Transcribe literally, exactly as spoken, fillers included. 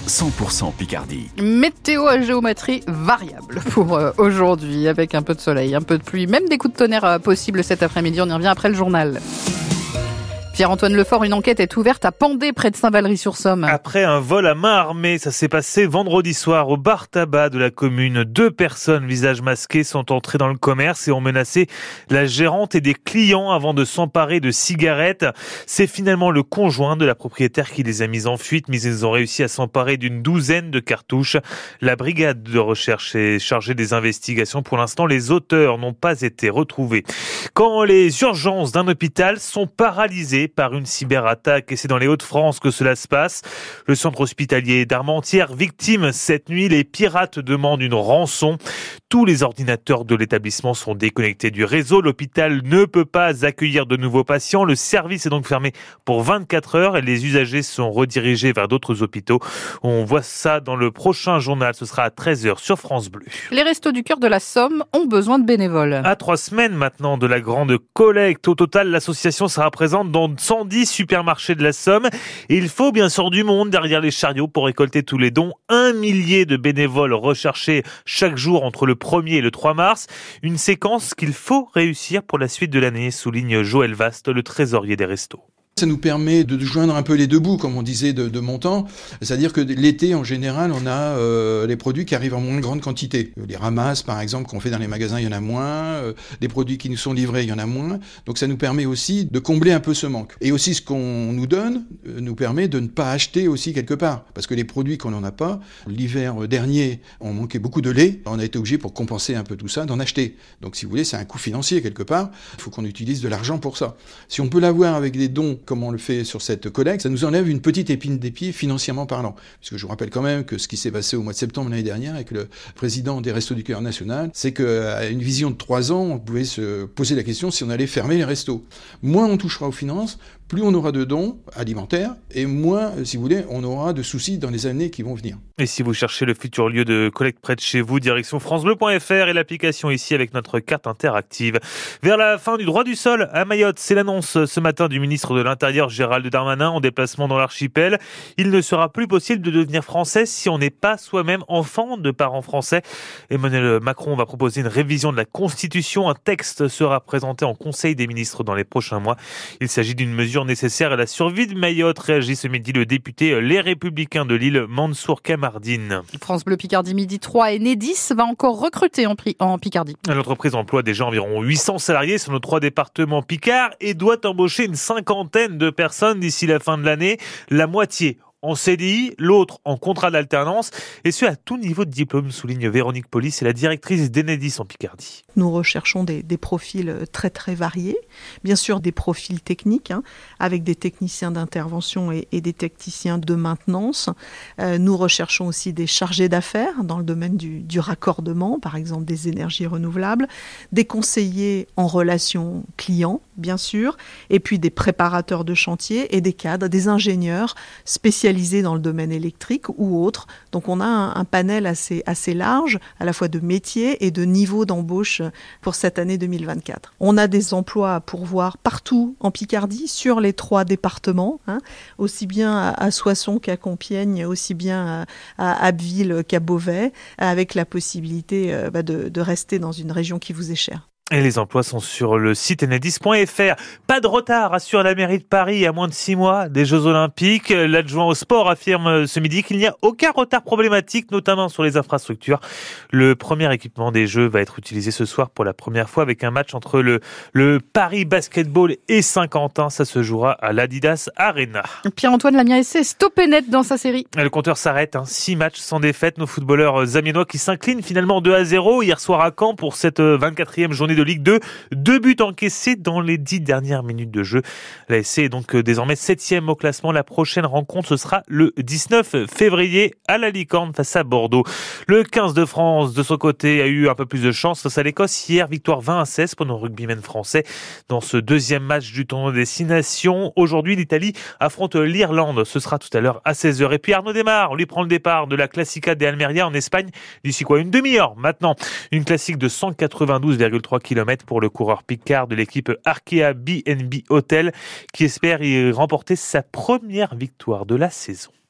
cent pour cent Picardie. Météo à géométrie variable pour euh, aujourd'hui, avec un peu de soleil, un peu de pluie, même des coups de tonnerre euh, possibles cet après-midi. On y revient après le journal. Pierre-Antoine Lefort, une enquête est ouverte à Pendé, près de Saint-Valery-sur-Somme. Après un vol à main armée, ça s'est passé vendredi soir au bar tabac de la commune. Deux personnes, visage masqué, sont entrées dans le commerce et ont menacé la gérante et des clients avant de s'emparer de cigarettes. C'est finalement le conjoint de la propriétaire qui les a mises en fuite, mais ils ont réussi à s'emparer d'une douzaine de cartouches. La brigade de recherche est chargée des investigations. Pour l'instant, les auteurs n'ont pas été retrouvés. Quand les urgences d'un hôpital sont paralysées par une cyberattaque, et c'est dans les Hauts-de-France que cela se passe. Le centre hospitalier d'Armentières, victime cette nuit, les pirates demandent une rançon. Tous les ordinateurs de l'établissement sont déconnectés du réseau. L'hôpital ne peut pas accueillir de nouveaux patients. Le service est donc fermé pour vingt-quatre heures et les usagers sont redirigés vers d'autres hôpitaux. On voit ça dans le prochain journal. Ce sera à treize heures sur France Bleu. Les Restos du Cœur de la Somme ont besoin de bénévoles. À trois semaines maintenant de la grande collecte, au total, l'association sera présente dans cent dix supermarchés de la Somme. Et il faut bien sûr du monde derrière les chariots pour récolter tous les dons. Un millier de bénévoles recherchés chaque jour entre le premier et le trois mars. Une séquence qu'il faut réussir pour la suite de l'année, souligne Joël Vaste, le trésorier des restos. Ça nous permet de joindre un peu les deux bouts, comme on disait, de, de mon temps. C'est-à-dire que l'été, en général, on a euh, les produits qui arrivent en moins grande quantité. Les ramasses, par exemple, qu'on fait dans les magasins, il y en a moins. Euh, les produits qui nous sont livrés, il y en a moins. Donc ça nous permet aussi de combler un peu ce manque. Et aussi, ce qu'on nous donne euh, nous permet de ne pas acheter aussi quelque part. Parce que les produits qu'on n'en a pas, l'hiver dernier, on manquait beaucoup de lait. On a été obligé, pour compenser un peu tout ça, d'en acheter. Donc si vous voulez, c'est un coût financier quelque part. Il faut qu'on utilise de l'argent pour ça. Si on peut l'avoir avec des dons, comme on le fait sur cette collecte, ça nous enlève une petite épine des pieds financièrement parlant. Parce que je vous rappelle quand même que ce qui s'est passé au mois de septembre l'année dernière avec le président des Restos du Cœur national, c'est qu'à une vision de trois ans, on pouvait se poser la question si on allait fermer les restos. Moins on touchera aux finances, plus on aura de dons alimentaires et moins, si vous voulez, on aura de soucis dans les années qui vont venir. Et si vous cherchez le futur lieu de collecte près de chez vous, direction francebleu point f r et l'application ici avec notre carte interactive. Vers la fin du droit du sol à Mayotte, c'est l'annonce ce matin du ministre de l'Intérieur Gérald Darmanin en déplacement dans l'archipel. Il ne sera plus possible de devenir français si on n'est pas soi-même enfant de parents français. Emmanuel Macron va proposer une révision de la Constitution. Un texte sera présenté en Conseil des ministres dans les prochains mois. Il s'agit d'une mesure nécessaire à la survie de Mayotte, réagit ce midi le député Les Républicains de Lille, Mansour Kamardine. France Bleu Picardie midi trois et Nedis va encore recruter en, pri- en Picardie. L'entreprise emploie déjà environ huit cents salariés sur nos trois départements Picard et doit embaucher une cinquantaine de personnes d'ici la fin de l'année, la moitié en C D I, l'autre en contrat d'alternance, et ce à tout niveau de diplôme, souligne Véronique Polis, c'est la directrice d'Enedis en Picardie. Nous recherchons des, des profils très très variés, bien sûr des profils techniques, hein, avec des techniciens d'intervention et, et des techniciens de maintenance. Euh, nous recherchons aussi des chargés d'affaires dans le domaine du, du raccordement, par exemple des énergies renouvelables, des conseillers en relations clients, bien sûr, et puis des préparateurs de chantier et des cadres, des ingénieurs spécialisés dans le domaine électrique ou autre. Donc on a un, un panel assez, assez large, à la fois de métiers et de niveaux d'embauche pour cette année deux mille vingt-quatre. On a des emplois à pourvoir partout en Picardie, sur les trois départements, hein, aussi bien à, à Soissons qu'à Compiègne, aussi bien à, à Abbeville qu'à Beauvais, avec la possibilité euh, bah, de, de rester dans une région qui vous est chère. Et les emplois sont sur le site enedis point f r. Pas de retard, assure la mairie de Paris à moins de six mois des Jeux Olympiques. L'adjoint au sport affirme ce midi qu'il n'y a aucun retard problématique, notamment sur les infrastructures. Le premier équipement des Jeux va être utilisé ce soir pour la première fois avec un match entre le, le Paris Basketball et Saint-Quentin. Ça se jouera à l'Adidas Arena. Pierre-Antoine Lamien S C stoppé net dans sa série. Le compteur s'arrête, hein. Six matchs sans défaite. Nos footballeurs amiénois qui s'inclinent finalement deux à zéro hier soir à Caen pour cette vingt-quatrième journée de Ligue deux. Deux buts encaissés dans les dix dernières minutes de jeu. La S C est donc désormais septième au classement. La prochaine rencontre, ce sera le dix-neuf février à la Licorne face à Bordeaux. Le quinze de France, de son côté, a eu un peu plus de chance face à l'Écosse. Hier, victoire vingt à seize pour nos rugbymen français dans ce deuxième match du tournoi Destination. Aujourd'hui, l'Italie affronte l'Irlande. Ce sera tout à l'heure à seize heures. Et puis Arnaud Démare, lui prend le départ de la Classica de Almeria en Espagne d'ici quoi, une demi-heure maintenant. Une classique de cent quatre-vingt-douze virgule trois kilomètres pour le coureur picard de l'équipe Arkea B and B Hotel qui espère y remporter sa première victoire de la saison.